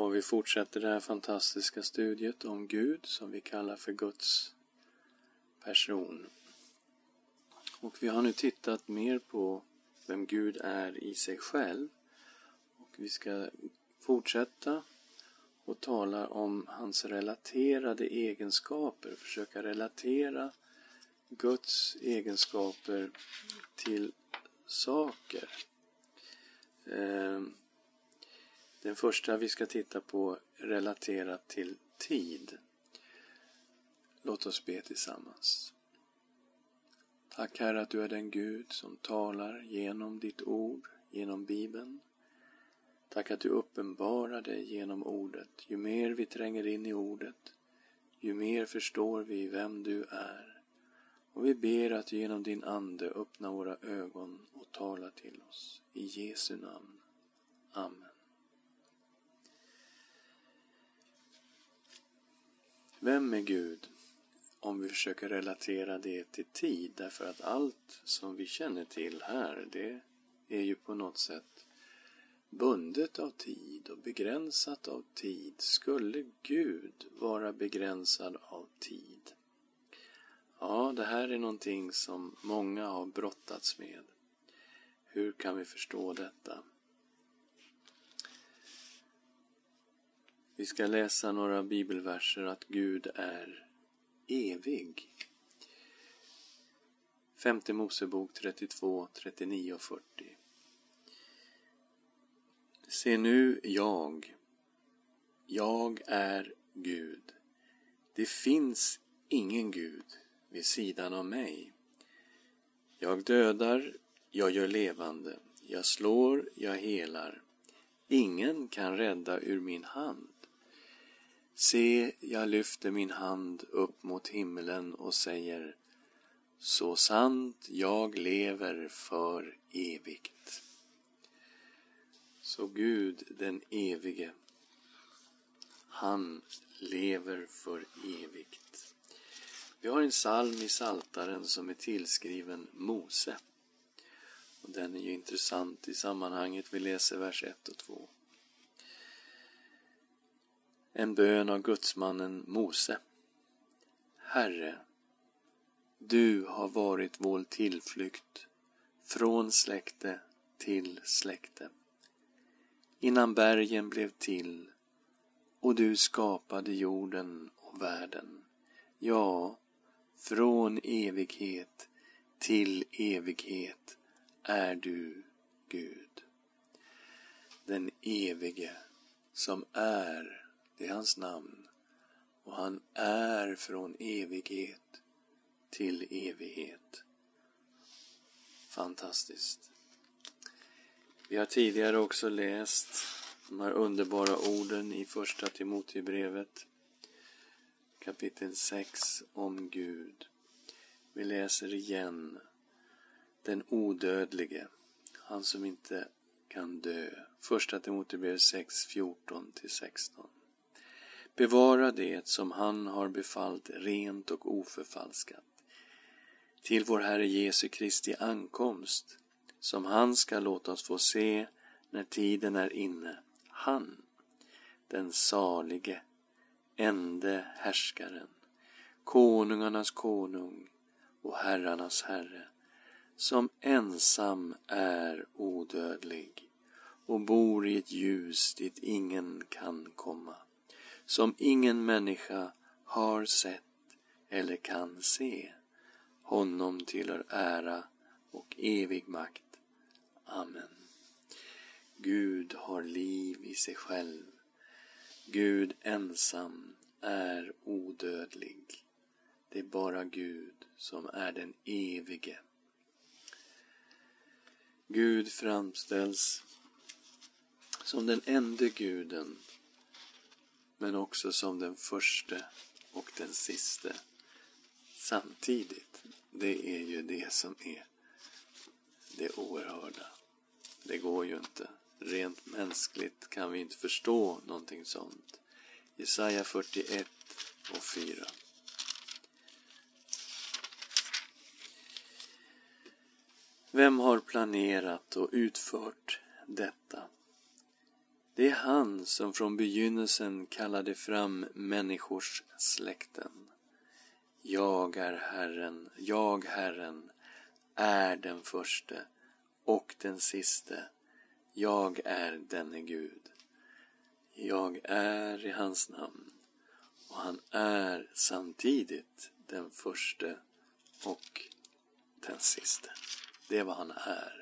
Och vi fortsätter det här fantastiska studiet om Gud som vi kallar för Guds person. Och vi har nu tittat mer på vem Gud är i sig själv. Och vi ska fortsätta och tala om hans relaterade egenskaper. Försöka relatera Guds egenskaper till saker. Den första vi ska titta på relaterat till tid. Låt oss be tillsammans. Tack Herre att du är den Gud som talar genom ditt ord, genom Bibeln. Tack att du uppenbarar dig genom ordet. Ju mer vi tränger in i ordet, ju mer förstår vi vem du är. Och vi ber att genom din ande öppna våra ögon och tala till oss. I Jesu namn. Amen. Vem är Gud? Om vi försöker relatera det till tid. Därför att allt som vi känner till här, det är ju på något sätt bundet av tid och begränsat av tid. Skulle Gud vara begränsad av tid? Ja, det här är någonting som många har brottats med. Hur kan vi förstå detta? Vi ska läsa några bibelverser att Gud är evig. 5 Mosebok 32, 39 och 40. Se nu jag är Gud. Det finns ingen Gud vid sidan av mig. Jag dödar, jag gör levande. Jag slår, jag helar. Ingen kan rädda ur min hand. Se, jag lyfter min hand upp mot himlen och säger: så sant jag lever för evigt. Så Gud den evige, han lever för evigt. Vi har en psalm i Psaltaren som är tillskriven Mose. Och den är ju intressant i sammanhanget. Vi läser vers 1 och 2. En bön av gudsmannen Mose. Herre, du har varit vår tillflykt från släkte till släkte. Innan bergen blev till och du skapade jorden och världen. Ja, från evighet till evighet är du Gud. Den evige som är, det är hans namn. Och han är från evighet till evighet. Fantastiskt. Vi har tidigare också läst de här underbara orden i första Timoteusbrevet. Kapitel 6 om Gud. Vi läser igen. Den odödlige. Han som inte kan dö. Första Timoteusbrevet 6, 14-16. Bevara det som han har befallt rent och oförfalskat. Till vår Herre Jesu Kristi ankomst. Som han ska låta oss få se när tiden är inne. Han, den salige, ende härskaren, konungarnas konung och herrarnas herre, som ensam är odödlig och bor i ett ljus dit ingen kan komma, som ingen människa har sett eller kan se. Honom tillhör ära och evig makt. Amen. Gud har liv i sig själv. Gud ensam är odödlig. Det är bara Gud som är den evige. Gud framställs som den enda guden, men också som den första och den sista samtidigt. Det är ju det som är det oerhörda. Det går ju inte. Rent mänskligt kan vi inte förstå någonting sånt. Jesaja 41 och 4. Vem har planerat och utfört detta? Det är han som från begynnelsen kallade fram människors släkten. Jag är Herren, jag Herren, är den förste och den siste. Jag är denne Gud. Jag är i hans namn, och han är samtidigt den förste och den siste. Det är vad han är.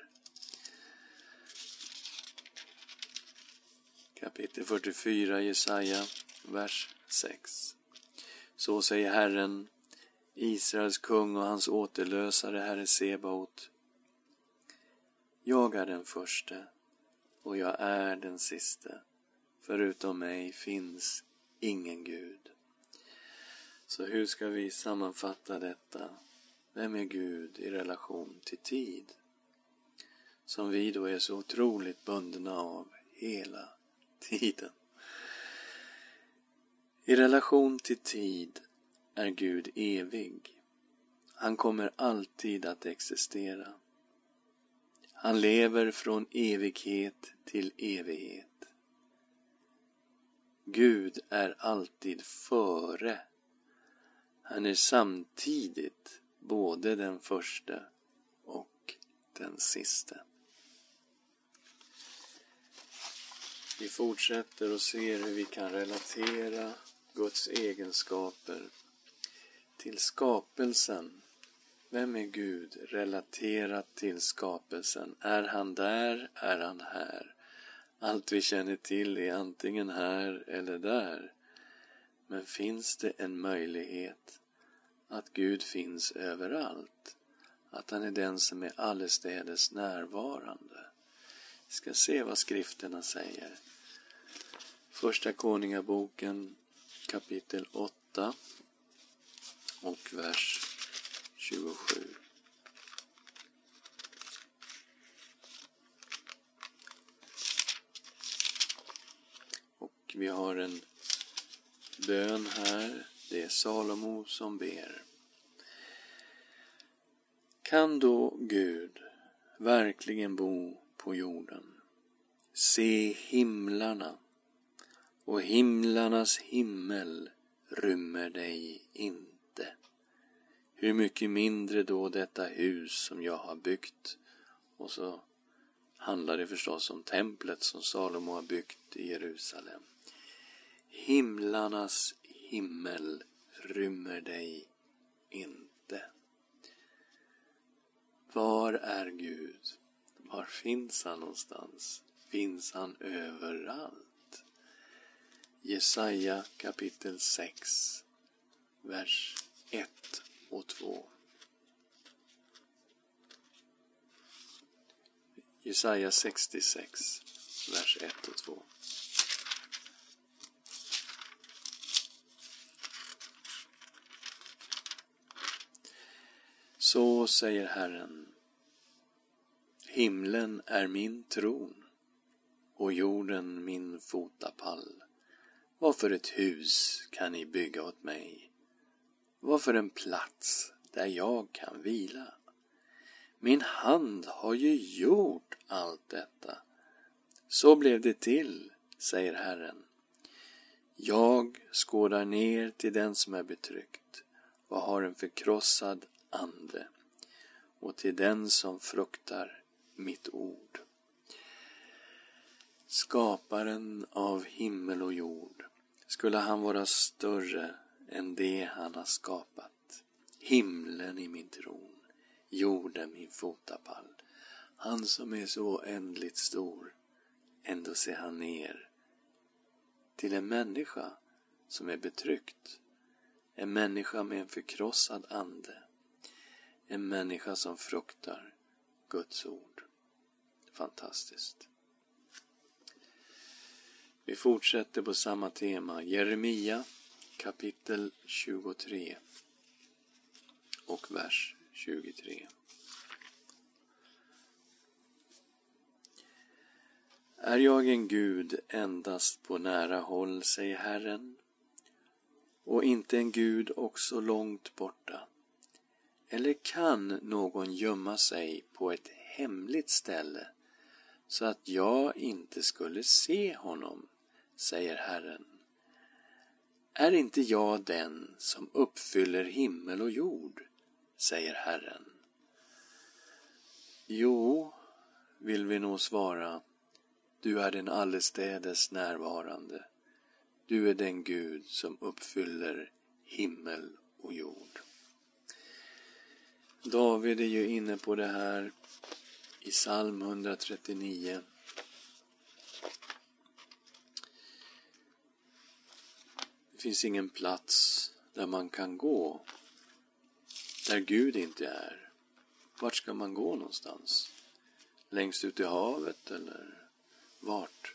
Kapitel 44, Jesaja, vers 6. Så säger Herren, Israels kung och hans återlösare, Herre Sebaot. Jag är den förste och jag är den siste. Förutom mig finns ingen Gud. Så hur ska vi sammanfatta detta? Vem är Gud i relation till tid? Som vi då är så otroligt bundna av hela tiden. I relation till tid är Gud evig. Han kommer alltid att existera. Han lever från evighet till evighet. Gud är alltid före. Han är samtidigt både den första och den siste. Vi fortsätter och ser hur vi kan relatera Guds egenskaper till skapelsen. Vem är Gud relaterat till skapelsen? Är han där? Är han här? Allt vi känner till är antingen här eller där. Men finns det en möjlighet att Gud finns överallt? Att han är den som är allestädes närvarande? Vi ska se vad skrifterna säger. Första Konungaboken kapitel 8 och vers 27. Och vi har en bön här. Det är Salomo som ber. Kan då Gud verkligen bo på jorden? Se himlarna, och himlarnas himmel rymmer dig inte. Hur mycket mindre då detta hus som jag har byggt. Och så handlar det förstås om templet som Salomo har byggt i Jerusalem. Himlarnas himmel rymmer dig inte. Var är Gud? Var finns han någonstans? Finns han överallt? Jesaja kapitel 6, vers 1 och 2. Jesaja 66, vers 1 och 2. Så säger Herren, himlen är min tron och jorden min fotapall. Vad för ett hus kan ni bygga åt mig? Vad för en plats där jag kan vila? Min hand har ju gjort allt detta. Så blev det till, säger Herren. Jag skådar ner till den som är betryckt och har en förkrossad ande, och till den som fruktar mitt ord. Skaparen av himmel och jord, skulle han vara större än det han har skapat? Himlen i min tron, jorden min fotapall. Han som är så oändligt stor, ändå ser han ner till en människa som är betryckt. En människa med en förkrossad ande. En människa som fruktar Guds ord. Fantastiskt. Vi fortsätter på samma tema. Jeremia kapitel 23 och vers 23. Är jag en Gud endast på nära håll, säger Herren, och inte en Gud också långt borta? Eller kan någon gömma sig på ett hemligt ställe så att jag inte skulle se honom, säger Herren. Är inte jag den som uppfyller himmel och jord, säger Herren. Jo, vill vi nog svara, du är den allestädes närvarande. Du är den Gud som uppfyller himmel och jord. David är ju inne på det här i psalm 139. Det finns ingen plats där man kan gå där Gud inte är. Vart ska man gå någonstans? Längst ut i havet eller vart?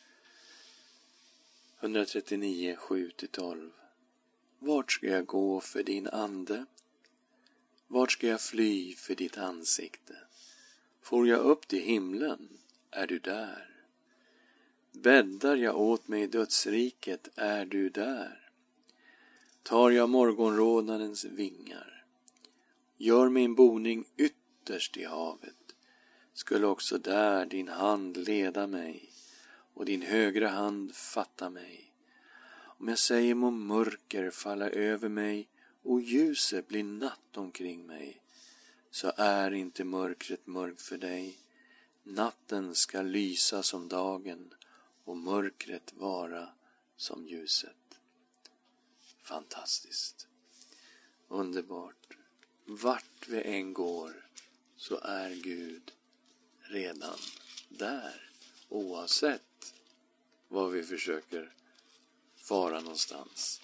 139, 7-12. Vart ska jag gå för din ande? Vart ska jag fly för ditt ansikte? Får jag upp till himlen, är du där. Bäddar jag åt mig i dödsriket, är du där. Tar jag morgonrådnadens vingar, gör min boning ytterst i havet, skulle också där din hand leda mig och din högra hand fatta mig. Om jag säger må mörker falla över mig och ljuset blir natt omkring mig, så är inte mörkret mörkt för dig. Natten ska lysa som dagen och mörkret vara som ljuset. Fantastiskt. Underbart. Vart vi än går så är Gud redan där. Oavsett var vi försöker fara någonstans.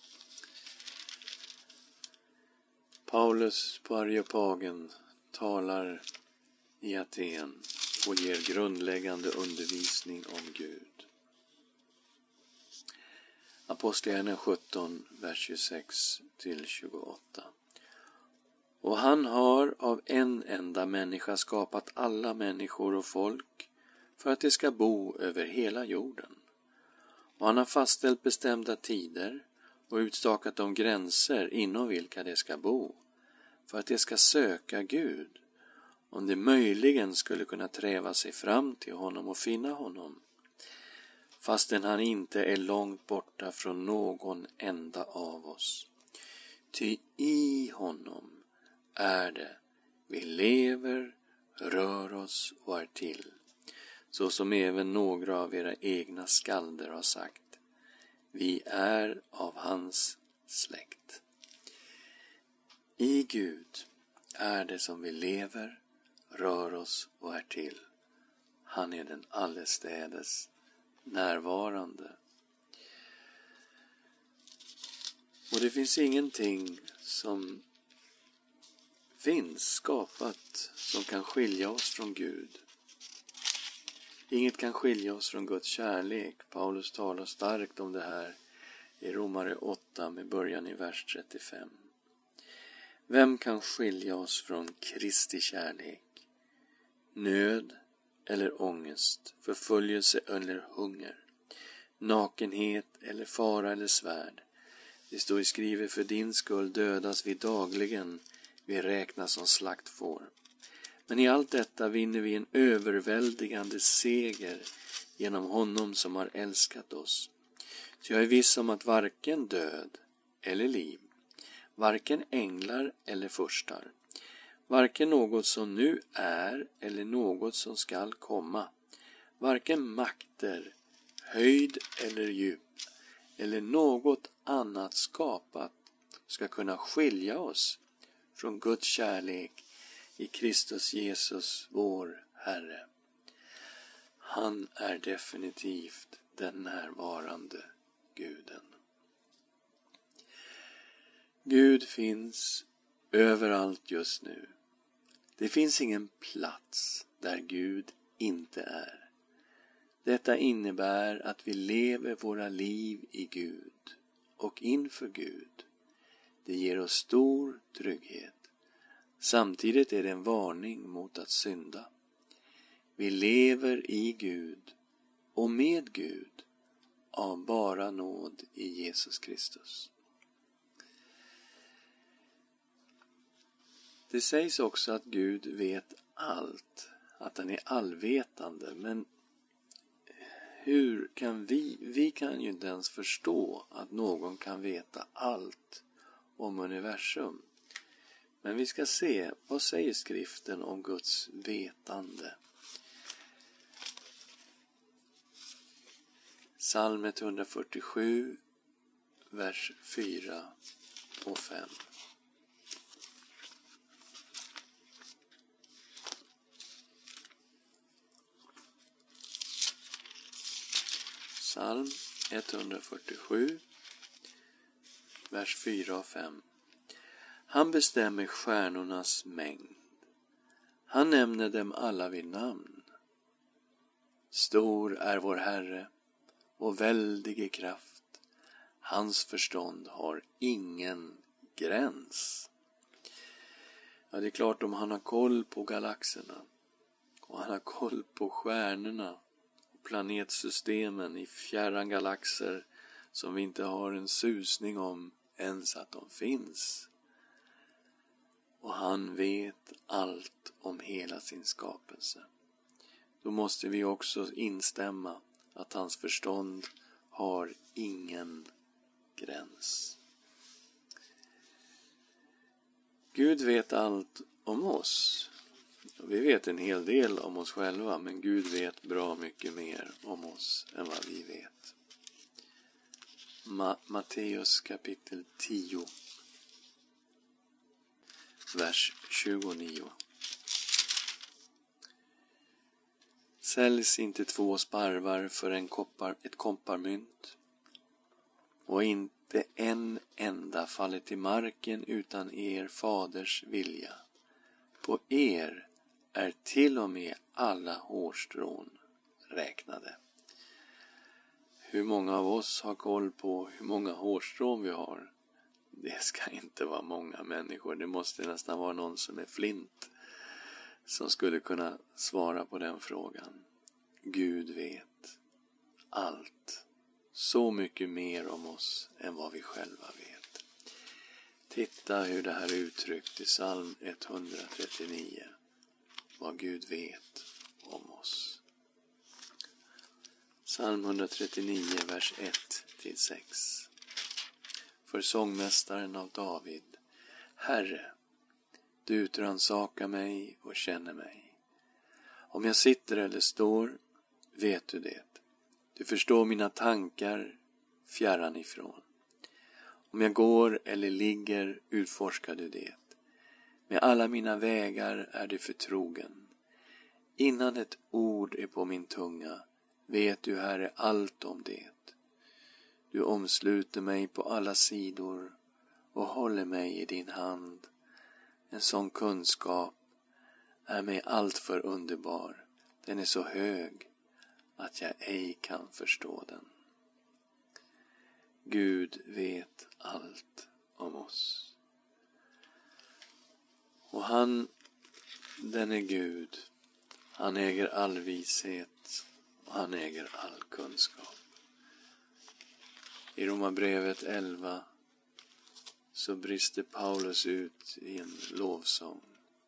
Paulus på Areopagen talar i Aten och ger grundläggande undervisning om Gud. Apostlagärningarna 17, vers 26-28. Och han har av en enda människa skapat alla människor och folk för att de ska bo över hela jorden. Och han har fastställt bestämda tider och utstakat de gränser inom vilka de ska bo, för att de ska söka Gud, om de möjligen skulle kunna träva sig fram till honom och finna honom, fastän han inte är långt borta från någon enda av oss. Ty i honom är det vi lever, rör oss och är till, så som även några av era egna skalder har sagt. Vi är av hans släkt. I Gud är det som vi lever, rör oss och är till. Han är den allestädes närvarande. Och det finns ingenting som finns skapat som kan skilja oss från Gud. Inget kan skilja oss från Guds kärlek. Paulus talar starkt om det här i Romare 8 med början i vers 35. Vem kan skilja oss från Kristi kärlek? Nöd eller ångest, förföljelse eller hunger, nakenhet eller fara eller svärd. Det står skrivet, för din skull dödas vi dagligen, vi räknas som slaktfår. Men i allt detta vinner vi en överväldigande seger genom honom som har älskat oss. Så jag är viss om att varken död eller liv, varken änglar eller furstar, varken något som nu är eller något som skall komma, varken makter, höjd eller djup, eller något annat skapat ska kunna skilja oss från Guds kärlek i Kristus Jesus, vår Herre. Han är definitivt den närvarande Guden. Gud finns överallt just nu. Det finns ingen plats där Gud inte är. Detta innebär att vi lever våra liv i Gud och inför Gud. Det ger oss stor trygghet. Samtidigt är det en varning mot att synda. Vi lever i Gud och med Gud av bara nåd i Jesus Kristus. Det sägs också att Gud vet allt. att han är allvetande. Men hur kan vi kan ju inte ens förstå att någon kan veta allt om universum. Men vi ska se, vad säger skriften om Guds vetande? Psalm 147, vers 4 och 5. Psalm 147, vers 4 och 5. Han bestämmer stjärnornas mängd. Han nämner dem alla vid namn. Stor är vår Herre och väldig i kraft. Hans förstånd har ingen gräns. Ja, det är klart, om han har koll på galaxerna och han har koll på stjärnorna och planetsystemen i fjärran galaxer som vi inte har en susning om ens att de finns. Och han vet allt om hela sin skapelse. Då måste vi också instämma att hans förstånd har ingen gräns. Gud vet allt om oss. Vi vet en hel del om oss själva, men Gud vet bra mycket mer om oss än vad vi vet. Matteus kapitel 10, vers 29. Säljs inte 2 sparvar för ett kopparmynt, och inte en enda faller till marken utan er faders vilja. På er är till och med alla hårstrån räknade. Hur många av oss har koll på hur många hårstrån vi har? Det ska inte vara många människor. Det måste nästan vara någon som är flint som skulle kunna svara på den frågan. Gud vet allt. Så mycket mer om oss än vad vi själva vet. Titta hur det här är uttryckt i psalm 139. Vad Gud vet om oss. Psalm 139, vers 1-6. För sångmästaren av David. Herre, du utransakar mig och känner mig. Om jag sitter eller står, vet du det. Du förstår mina tankar fjärran ifrån. Om jag går eller ligger, utforskar du det. Med alla mina vägar är du förtrogen. Innan ett ord är på min tunga, vet du, Herre, allt om det. Du omsluter mig på alla sidor och håller mig i din hand. En sån kunskap är mig allt för underbar. Den är så hög att jag ej kan förstå den. Gud vet allt om oss. Och den är Gud. Han äger all vishet och han äger all kunskap. I Romarbrevet 11 så brister Paulus ut i en lovsång.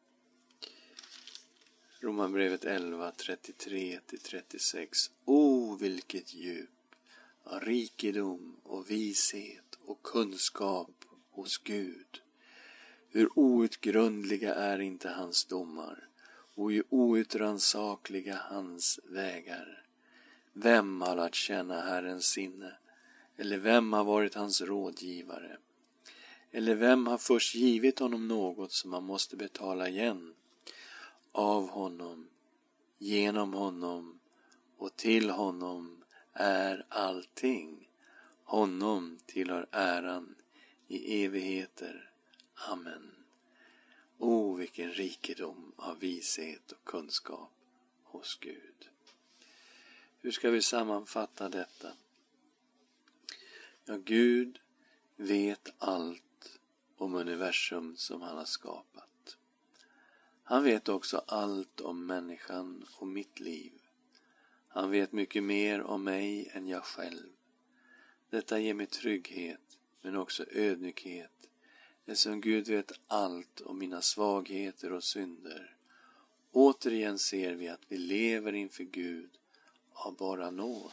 Romarbrevet 11, 33-36. Vilket djup av rikedom och vishet och kunskap hos Gud. Hur outgrundliga är inte hans domar och hur outrannsakliga hans vägar. Vem har lärt känna Herrens sinne? Eller vem har varit hans rådgivare? Eller vem har först givit honom något som han måste betala igen? Av honom, genom honom och till honom är allting. Honom tillhör äran i evigheter. Amen. Vilken rikedom av vishet och kunskap hos Gud. Hur ska vi sammanfatta detta? Ja, Gud vet allt om universum som han har skapat. Han vet också allt om människan och mitt liv. Han vet mycket mer om mig än jag själv. Detta ger mig trygghet, men också ödmjukhet, eftersom Gud vet allt om mina svagheter och synder Återigen ser vi att vi lever inför Gud av bara nåd.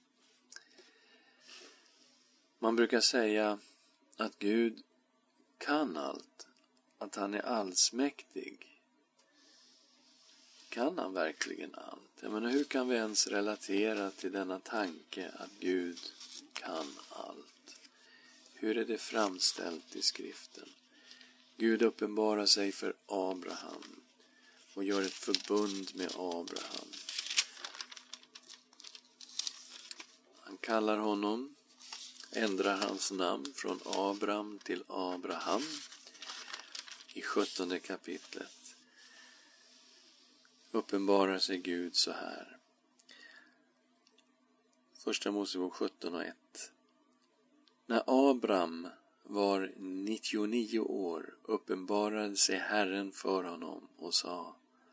Man brukar säga att Gud kan allt, att han är allsmäktig. Kan han verkligen allt? Jag menar, hur kan vi ens relatera till denna tanke att Gud kan allt? Hur är det framställt i skriften? Gud uppenbarar sig för Abraham och gör ett förbund med Abraham. Han kallar honom, ändrar hans namn från Abram till Abraham i 17 kapitlet. Uppenbarar sig Gud så här. Första Mosebok 17:1. När Abram var 99 år uppenbarade sig Herren för honom och sa: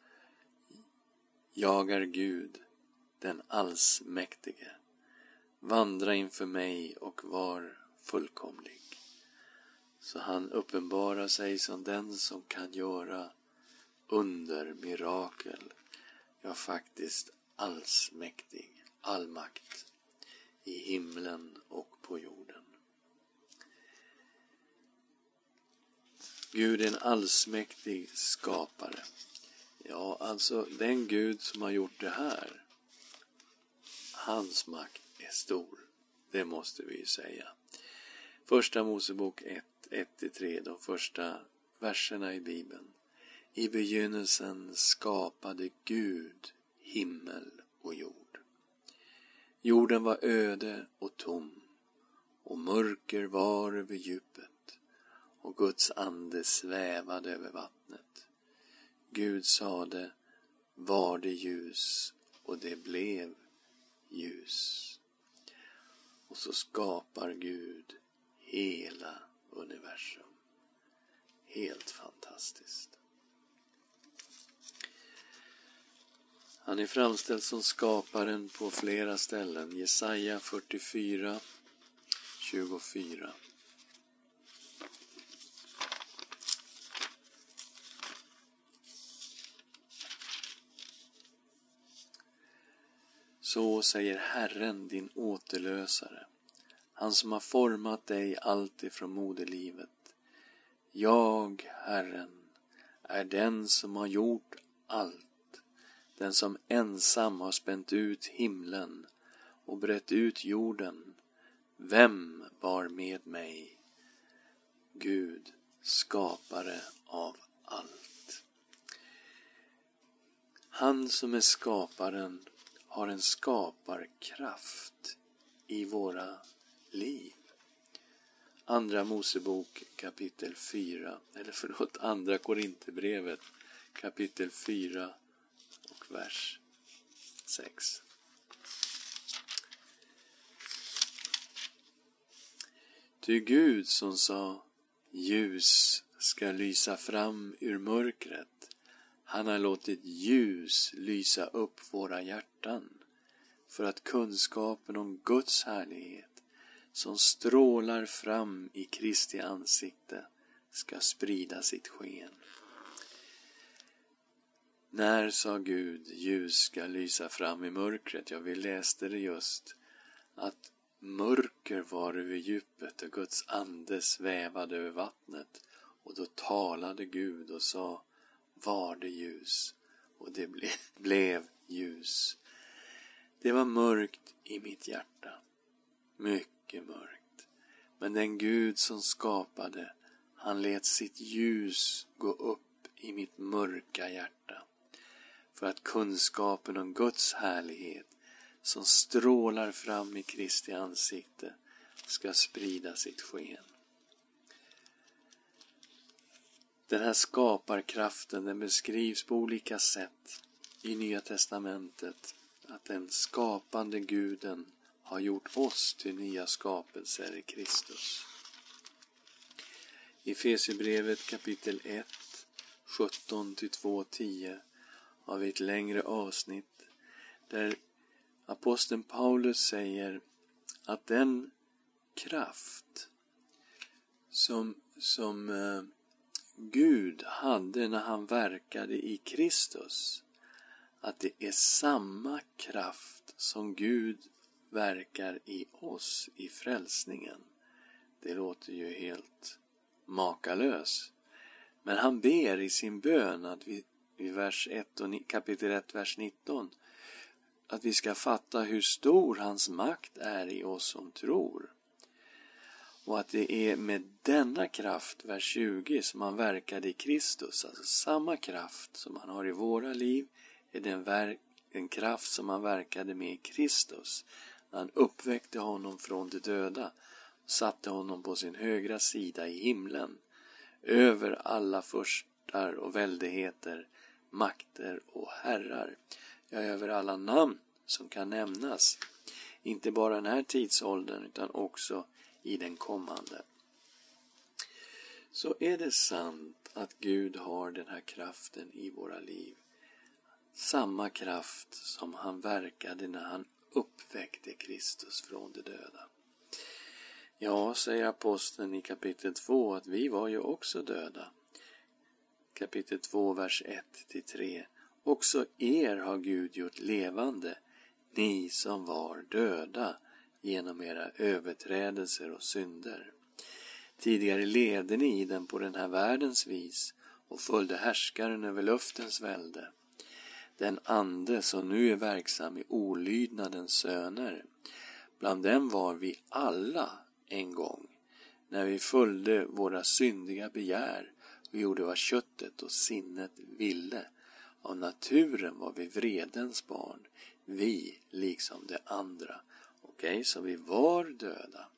Jag är Gud, den allsmäktige. Vandra inför mig och var fullkomlig. Så han uppenbarar sig som den som kan göra under, mirakel. Ja, faktiskt allsmäktig, allmakt i himlen och på jorden. Gud är en allsmäktig skapare. Ja, alltså den Gud som har gjort det här, hans makt är stor. Det måste vi ju säga. Första Mosebok 1:1-3, de första verserna i Bibeln. I begynnelsen skapade Gud himmel och jord. Jorden var öde och tom, och mörker var över djupet, och Guds ande svävade över vattnet. Gud sade: var det ljus, och det blev ljus. Och så skapar Gud hela universum. Helt fantastiskt. Han är framställd som skaparen på flera ställen. Jesaja 44:24. Så säger Herren, din återlösare, han som har format dig allt ifrån moderlivet. Jag, Herren, är den som har gjort allt, den som ensam har spänt ut himlen och brett ut jorden. Vem var med mig? Gud, skapare av allt. Han som är skaparen har en skaparkraft i våra liv. Andra Mosebok kapitel 4, andra Korinthierbrevet kapitel 4 och vers 6. Ty Gud som sa: ljus ska lysa fram ur mörkret, han har låtit ljus lysa upp våra hjärtan, för att kunskapen om Guds härlighet som strålar fram i Kristi ansikte ska sprida sitt sken. När sa Gud ljus ska lysa fram i mörkret? Ja, vi läste det just, att mörker var över djupet och Guds ande svävade över vattnet. Och då talade Gud och sa: var det ljus, och det blev ljus. Det var mörkt i mitt hjärta, mycket mörkt. Men den Gud som skapade, han lät sitt ljus gå upp i mitt mörka hjärta, för att kunskapen om Guds härlighet som strålar fram i Kristi ansikte ska sprida sitt sken. Den här skaparkraften, den beskrivs på olika sätt i Nya testamentet. Att den skapande Guden har gjort oss till nya skapelser i Kristus. I Efesierbrevet kapitel 1, 17-2:10 har vi ett längre avsnitt där aposteln Paulus säger att den kraft som Gud hade när han verkade i Kristus, att det är samma kraft som Gud verkar i oss i frälsningen. Det låter ju helt makalöst. Men han ber i sin bön att vi i vers 1 och kapitel 1, vers 19, att vi ska fatta hur stor hans makt är i oss som tror. Och att det är med denna kraft, vers 20, som han verkade i Kristus. Alltså samma kraft som han har i våra liv är den kraft som han verkade med i Kristus. När han uppväckte honom från de döda och satte honom på sin högra sida i himlen. Över alla furstar och väldigheter, makter och herrar. Ja, över alla namn som kan nämnas. Inte bara den här tidsåldern utan också i den kommande. Så är det sant att Gud har den här kraften i våra liv. Samma kraft som han verkade när han uppväckte Kristus från de döda. Ja, säger aposteln i kapitel 2 att vi var ju också döda. Kapitel 2, vers 1-3. Också er har Gud gjort levande, ni som var döda genom era överträdelser och synder. Tidigare levde ni i den på den här världens vis och följde härskaren över luftens välde. Den ande som nu är verksam i olydnadens söner. Bland dem var vi alla en gång, när vi följde våra syndiga begär och gjorde vad köttet och sinnet ville. Av naturen var vi vredens barn, vi liksom de andra. Okej, så vi var döda.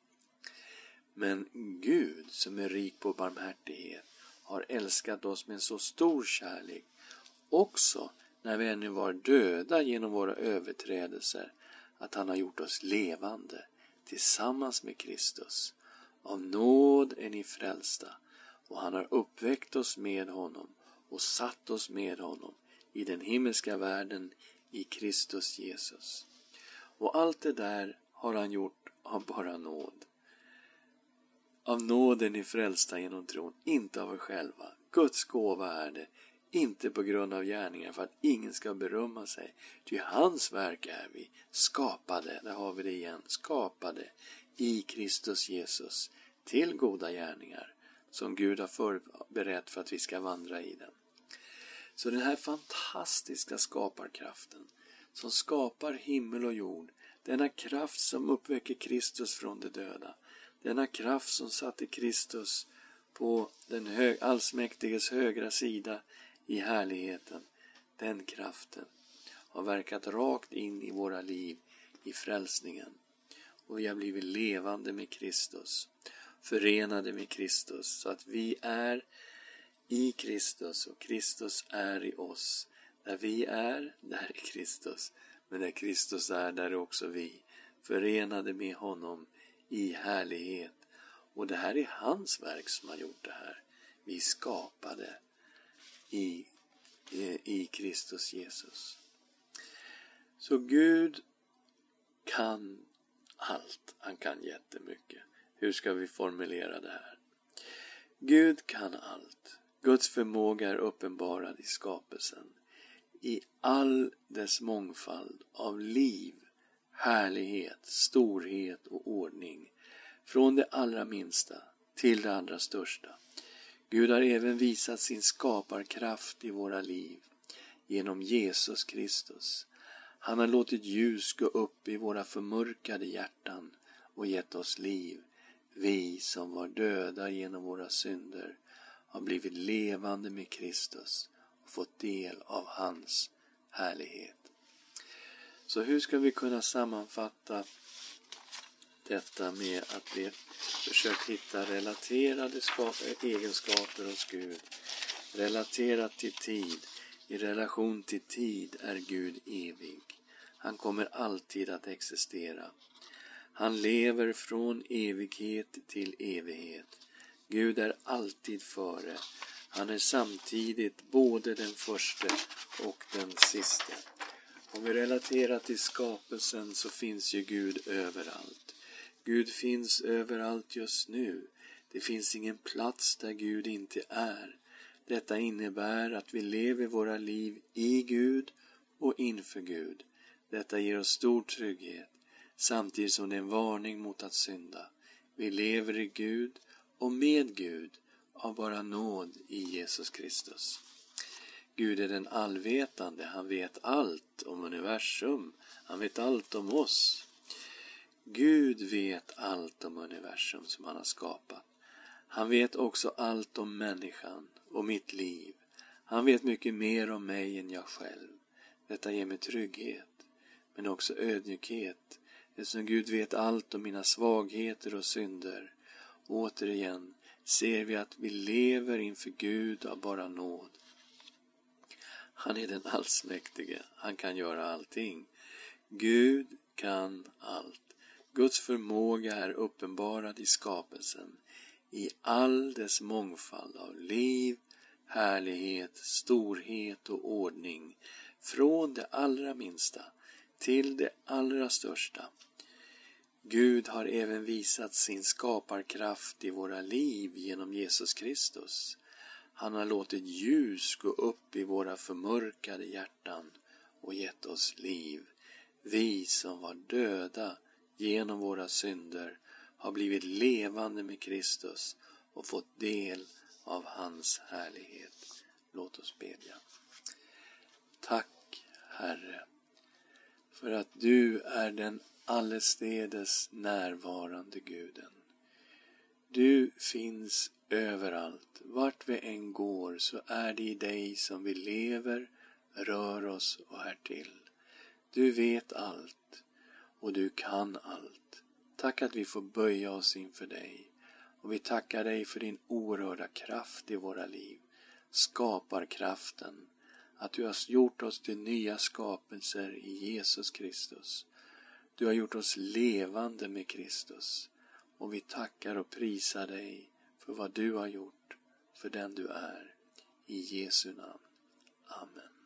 Men Gud som är rik på barmhärtighet har älskat oss med så stor kärlek, också när vi ännu var döda genom våra överträdelser, att han har gjort oss levande tillsammans med Kristus. Av nåd är ni frälsta, och han har uppväckt oss med honom och satt oss med honom i den himmelska världen i Kristus Jesus. Och allt det där har han gjort av bara nåd. Av nåden är frälsta genom tron, inte av er själva. Guds gåva är det, inte på grund av gärningar för att ingen ska berömma sig. Ty hans verk är vi, skapade, där har vi det igen, skapade i Kristus Jesus till goda gärningar som Gud har förberett för att vi ska vandra i den. Så den här fantastiska skaparkraften som skapar himmel och jord, denna kraft som uppväcker Kristus från de döda, denna kraft som satte Kristus på den allsmäktiges högra sida i härligheten, den kraften har verkat rakt in i våra liv i frälsningen. Och vi har blivit levande med Kristus, förenade med Kristus, så att vi är i Kristus och Kristus är i oss. Där vi är, där är Kristus. Men där Kristus är, där är också vi. Förenade med honom i härlighet. Och det här är hans verk som har gjort det här. Vi skapade i Kristus Jesus. Så Gud kan allt. Han kan jättemycket. Hur ska vi formulera det här? Gud kan allt. Guds förmåga är uppenbarad i skapelsen. I all dess mångfald av liv, härlighet, storhet och ordning. Från det allra minsta till det allra största. Gud har även visat sin skaparkraft i våra liv genom Jesus Kristus. Han har låtit ljus gå upp i våra förmörkade hjärtan och gett oss liv. Vi som var döda genom våra synder har blivit levande med Kristus och fått del av hans härlighet. Så hur ska vi kunna sammanfatta detta med att vi försöker hitta relaterade egenskaper hos Gud, relaterat till tid? I relation till tid är Gud evig. Han kommer alltid att existera. Han lever från evighet till evighet. Gud är alltid före. Han är samtidigt både den första och den sista. Om vi relaterar till skapelsen så finns ju Gud överallt. Gud finns överallt just nu. Det finns ingen plats där Gud inte är. Detta innebär att vi lever våra liv i Gud och inför Gud. Detta ger oss stor trygghet, samtidigt som det är en varning mot att synda. Vi lever i Gud och med Gud av bara nåd i Jesus Kristus. Gud är den allvetande, han vet allt om universum, han vet allt om oss. Gud vet allt om universum som han har skapat. Han vet också allt om människan och mitt liv. Han vet mycket mer om mig än jag själv. Detta ger mig trygghet, men också ödmjukhet, eftersom Gud vet allt om mina svagheter och synder. Återigen ser vi att vi lever inför Gud av bara nåd. Han är den allsmäktige, han kan göra allting. Gud kan allt. Guds förmåga är uppenbarad i skapelsen, i all dess mångfald av liv, härlighet, storhet och ordning, från det allra minsta till det allra största. Gud har även visat sin skaparkraft i våra liv genom Jesus Kristus. Han har låtit ljus gå upp i våra förmörkade hjärtan och gett oss liv. Vi som var döda genom våra synder har blivit levande med Kristus och fått del av hans härlighet. Låt oss bedja. Tack, Herre, för att du är den allestädes närvarande Guden. Du finns överallt. Vart vi än går så är det i dig som vi lever, rör oss och är till. Du vet allt och du kan allt. Tack att vi får böja oss inför dig. Och vi tackar dig för din oerhörda kraft i våra liv. Skaparkraften. Att du har gjort oss till nya skapelser i Jesus Kristus. Du har gjort oss levande med Kristus. Och vi tackar och prisar dig för vad du har gjort, för den du är. I Jesu namn. Amen.